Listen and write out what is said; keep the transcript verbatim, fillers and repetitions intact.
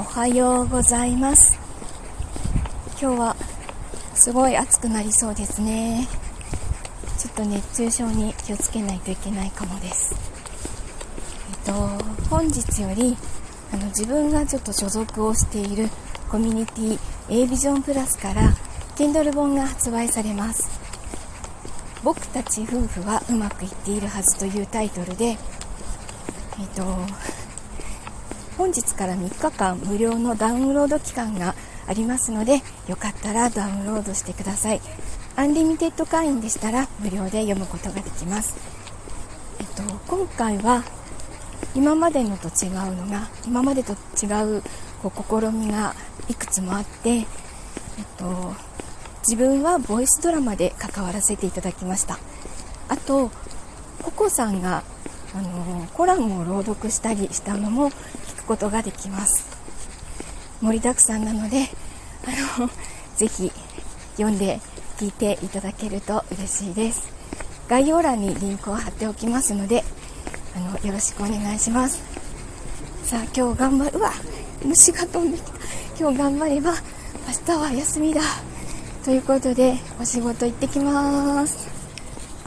おはようございます。今日はすごい暑くなりそうですね。ちょっと熱中症に気をつけないといけないかもです。えっと本日よりあの自分がちょっと所属をしているコミュニティ A ビジョンプラスから Kindle 本が発売されます。僕たち夫婦はうまくいっているはずというタイトルで、えっと本日からみっかかん無料のダウンロード期間がありますので、よかったらダウンロードしてください。アンリミテッド会員でしたら無料で読むことができます。えっと、今回は今までのと違うのが今までと違うこう試みがいくつもあって、えっと、自分はボイスドラマで関わらせていただきました。あとココさんがあのコラムを朗読したりしたのも聞くことができます。盛りだくさんなのであのぜひ読んで聞いていただけると嬉しいです。概要欄にリンクを貼っておきますのであのよろしくお願いします。さあ今日頑張るうわ虫が飛んできた。今日頑張れば明日は休みだということでお仕事行ってきます。